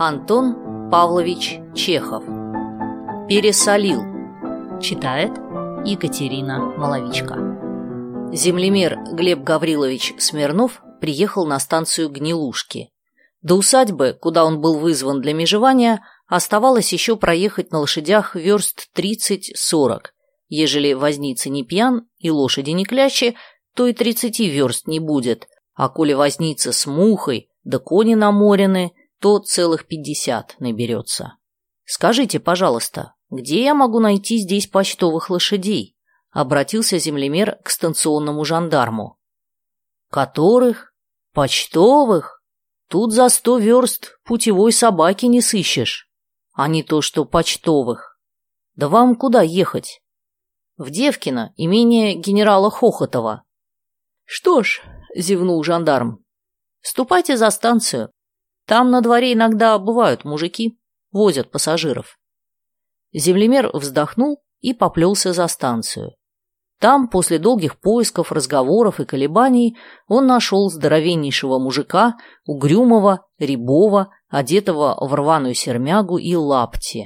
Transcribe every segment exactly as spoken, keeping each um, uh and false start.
Антон Павлович Чехов. Пересолил. Читает Екатерина Маловичка. Землемер Глеб Гаврилович Смирнов приехал на станцию Гнилушки. До усадьбы, куда он был вызван для межевания, оставалось еще проехать на лошадях верст тридцать-сорок. Ежели возница не пьян и лошади не клячи, то и тридцати верст не будет, а коли возница с мухой, да кони наморены, то целых пятьдесят наберется. «Скажите, пожалуйста, где я могу найти здесь почтовых лошадей?» — обратился землемер к станционному жандарму. «Которых? Почтовых? Тут за сто верст путевой собаки не сыщешь, а не то что почтовых. Да вам куда ехать?» «В Девкино, имение генерала Хохотова». «Что ж», — зевнул жандарм, — «ступайте за станцию. Там на дворе иногда бывают мужики, возят пассажиров». Землемер вздохнул и поплелся за станцию. Там, после долгих поисков, разговоров и колебаний, он нашел здоровеннейшего мужика, угрюмого, рябого, одетого в рваную сермягу и лапти.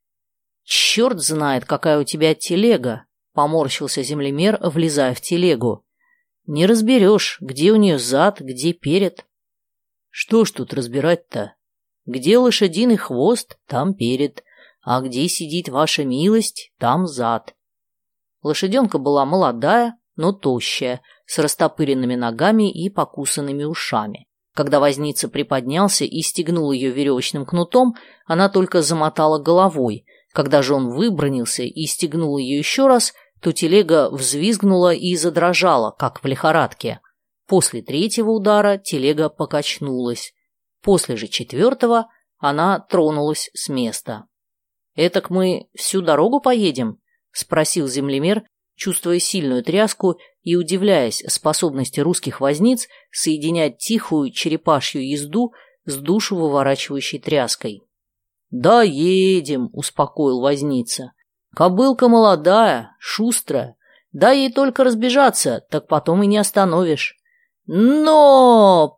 «Черт знает, какая у тебя телега!» — поморщился землемер, влезая в телегу. «Не разберешь, где у нее зад, где перед». «Что ж тут разбирать-то? Где лошадиный хвост, там перед, а где сидит ваша милость, там зад». Лошаденка была молодая, но тощая, с растопыренными ногами и покусанными ушами. Когда возница приподнялся и стегнул ее веревочным кнутом, она только замотала головой. Когда же он выбранился и стегнул ее еще раз, то телега взвизгнула и задрожала, как в лихорадке. После третьего удара телега покачнулась. После же четвертого она тронулась с места. «Этак мы всю дорогу поедем?» — спросил землемер, чувствуя сильную тряску и удивляясь способности русских возниц соединять тихую черепашью езду с душу выворачивающей тряской. «Да едем», — успокоил возница. «Кобылка молодая, шустрая. Дай ей только разбежаться, так потом и не остановишь». «Но,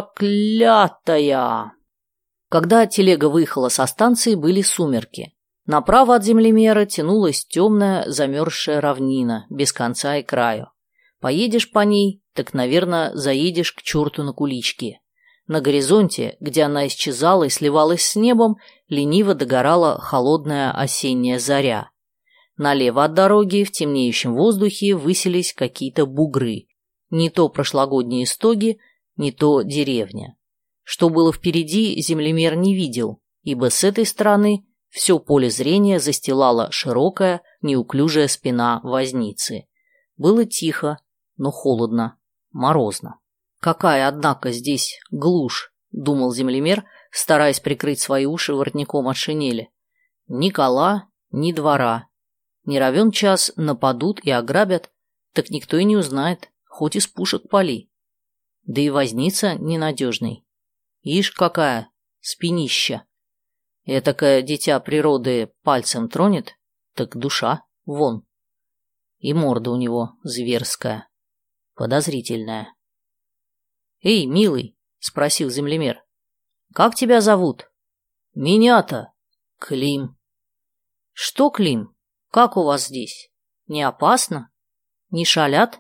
проклятая!» Когда телега выехала со станции, были сумерки. Направо от землемера тянулась темная замерзшая равнина, без конца и краю. Поедешь по ней, так, наверное, заедешь к черту на кулички. На горизонте, где она исчезала и сливалась с небом, лениво догорала холодная осенняя заря. Налево от дороги в темнеющем воздухе высились какие-то бугры. Не то прошлогодние стоги, не то деревня. Что было впереди, землемер не видел, ибо с этой стороны все поле зрения застилала широкая, неуклюжая спина возницы. Было тихо, но холодно, морозно. «Какая, однако, здесь глушь», — думал землемер, стараясь прикрыть свои уши воротником от шинели. «Ни кола, ни двора. Не равен час нападут и ограбят, так никто и не узнает, хоть из пушек пали. Да и возница ненадежный. Ишь какая спинища. Этакое дитя природы пальцем тронет, так душа вон. И морда у него зверская, подозрительная». «Эй, милый», — спросил землемер, — «как тебя зовут?» «Меня-то Клим». «Что, Клим, как у вас здесь? Не опасно? Не шалят?»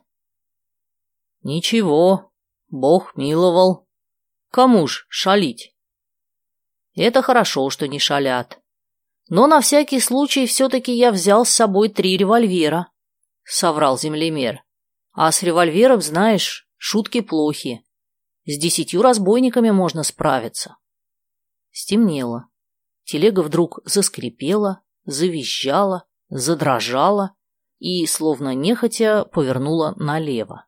«Ничего, Бог миловал. Кому ж шалить?» «Это хорошо, что не шалят. Но на всякий случай все-таки я взял с собой три револьвера», — соврал землемер. «А с револьвером, знаешь, шутки плохи. С десятью разбойниками можно справиться». Стемнело. Телега вдруг заскрипела, завизжала, задрожала и, словно нехотя, повернула налево.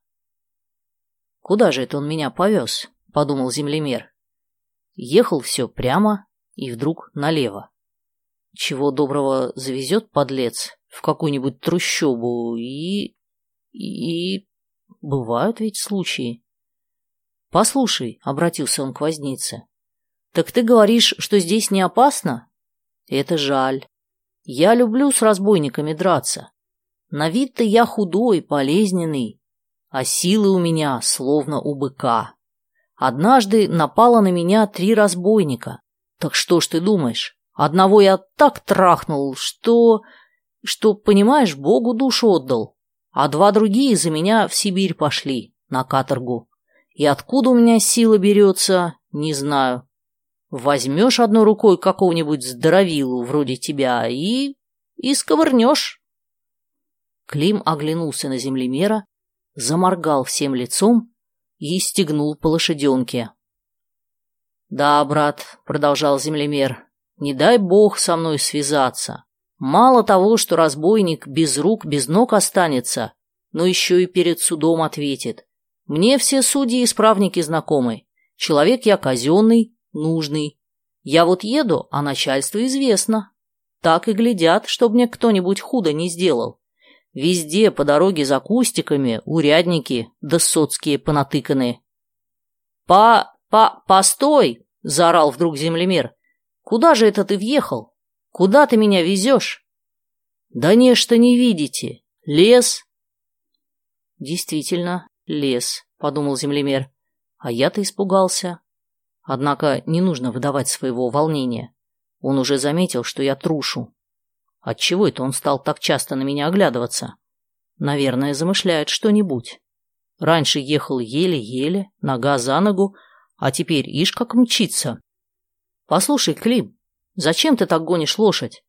«Куда же это он меня повез?» — подумал землемер. Ехал все прямо и вдруг налево. Чего доброго завезет подлец в какую-нибудь трущобу и... и... бывают ведь случаи. «Послушай», — обратился он к вознице, — «так ты говоришь, что здесь не опасно? Это жаль. Я люблю с разбойниками драться. На вид-то я худой, болезненный, а силы у меня словно у быка. Однажды напало на меня три разбойника. Так что ж ты думаешь? Одного я так трахнул, что... что, понимаешь, Богу душу отдал. А два другие за меня в Сибирь пошли, на каторгу. И откуда у меня сила берется, не знаю. Возьмешь одной рукой какого-нибудь здоровилу вроде тебя и... и сковырнешь. Клим оглянулся на землемера, заморгал всем лицом и стегнул по лошаденке. «Да, брат», — продолжал землемер, — «не дай бог со мной связаться. Мало того, что разбойник без рук, без ног останется, но еще и перед судом ответит. Мне все судьи и исправники знакомы. Человек я казенный, нужный. Я вот еду, а начальство известно. Так и глядят, чтоб мне кто-нибудь худо не сделал. Везде по дороге за кустиками урядники да соцкие понатыканы». «По... по... постой!» — заорал вдруг землемер. «Куда же это ты въехал? Куда ты меня везешь?» «Да нечто не видите. Лес». «Действительно, лес», — подумал землемер. А я-то испугался. Однако не нужно выдавать своего волнения. Он уже заметил, что я трушу. Отчего это он стал так часто на меня оглядываться? Наверное, замышляет что-нибудь. Раньше ехал еле-еле, нога за ногу, а теперь ишь как мчится. «Послушай, Клим, зачем ты так гонишь лошадь?»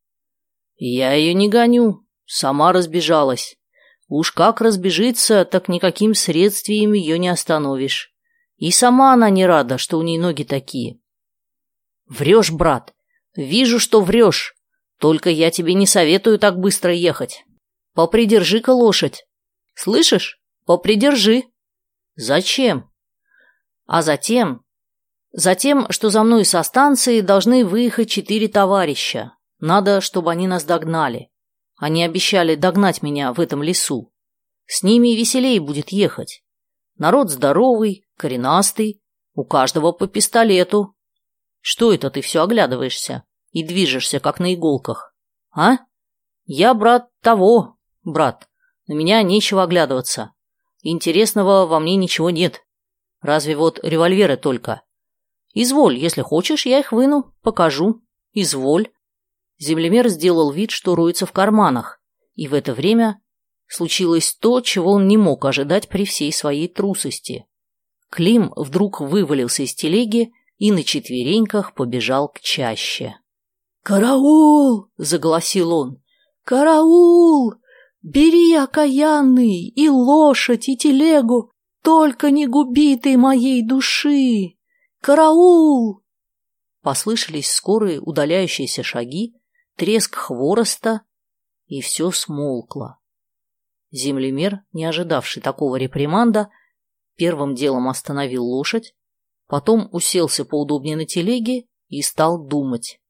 «Я ее не гоню, сама разбежалась. Уж как разбежится, так никаким средствием ее не остановишь. И сама она не рада, что у ней ноги такие». «Врешь, брат, вижу, что врешь. Только я тебе не советую так быстро ехать. Попридержи-ка лошадь. Слышишь? Попридержи». «Зачем?» «А затем... Затем, что за мной со станции должны выехать четыре товарища. Надо, чтобы они нас догнали. Они обещали догнать меня в этом лесу. С ними веселее будет ехать. Народ здоровый, коренастый, у каждого по пистолету. Что это ты все оглядываешься и движешься, как на иголках? А? Я, брат, того, брат. На меня нечего оглядываться. Интересного во мне ничего нет. Разве вот револьверы только. Изволь, если хочешь, я их выну, покажу. Изволь». Землемер сделал вид, что роется в карманах, и в это время случилось то, чего он не мог ожидать при всей своей трусости. Клим вдруг вывалился из телеги и на четвереньках побежал к чаще. «Караул!» — заголосил он. «Караул! Бери, окаянный, и лошадь, и телегу, только не губи ты моей души! Караул!» Послышались скорые удаляющиеся шаги, треск хвороста, и все смолкло. Землемер, не ожидавший такого реприманда, первым делом остановил лошадь, потом уселся поудобнее на телеге и стал думать.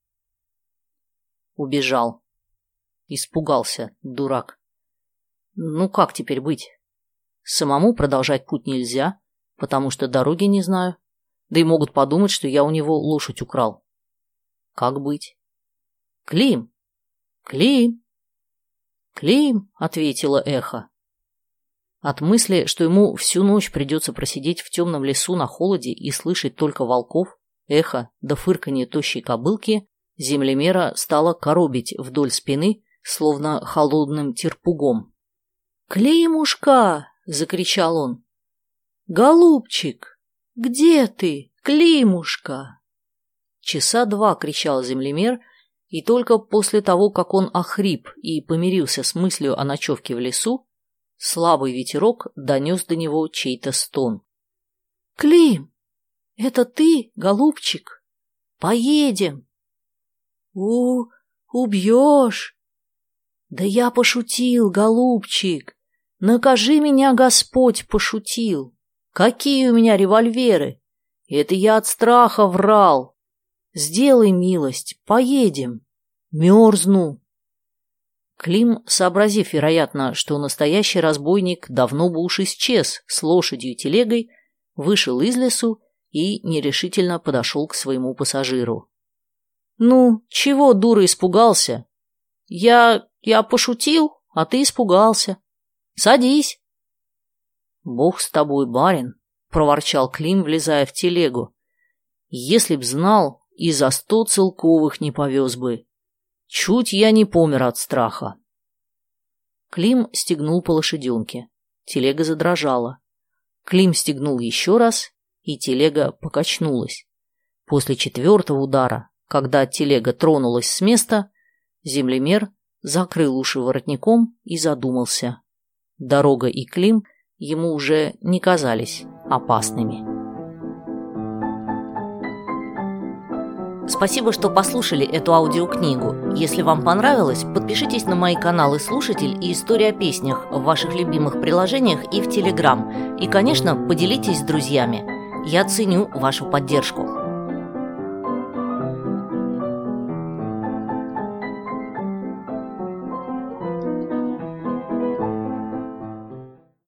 Убежал. Испугался, дурак. Ну как теперь быть? Самому продолжать путь нельзя, потому что дороги не знаю, да и могут подумать, что я у него лошадь украл. Как быть? «Клим! Клим! Клим!» — ответило эхо. От мысли, что ему всю ночь придется просидеть в темном лесу на холоде и слышать только волков, эхо да фырканье тощей кобылки, землемера стало коробить вдоль спины, словно холодным терпугом. «Климушка!» — закричал он. «Голубчик! Где ты, Климушка?» Часа два кричал землемер, и только после того, как он охрип и помирился с мыслью о ночевке в лесу, слабый ветерок донес до него чей-то стон. «Клим, это ты, голубчик? Поедем!» «У, убьешь!» «Да я пошутил, голубчик! Накажи меня, Господь, пошутил! Какие у меня револьверы! Это я от страха врал! Сделай милость, поедем! Мерзну!» Клим, сообразив, вероятно, что настоящий разбойник давно бы уж исчез с лошадью и телегой, вышел из лесу и нерешительно подошел к своему пассажиру. «Ну, чего, дура, испугался? Я... я пошутил, а ты испугался. Садись». «Бог с тобой, барин», — проворчал Клим, влезая в телегу. «Если б знал, и за сто целковых не повез бы. Чуть я не помер от страха. Клим стегнул по лошаденке. Телега задрожала. Клим стегнул еще раз, и телега покачнулась. После четвертого удара, когда телега тронулась с места, землемер закрыл уши воротником и задумался. Дорога и Клим ему уже не казались опасными. Спасибо, что послушали эту аудиокнигу. Если вам понравилось, подпишитесь на мои каналы «Слушатель» и «История о песнях» в ваших любимых приложениях и в Телеграм. И, конечно, поделитесь с друзьями. Я ценю вашу поддержку.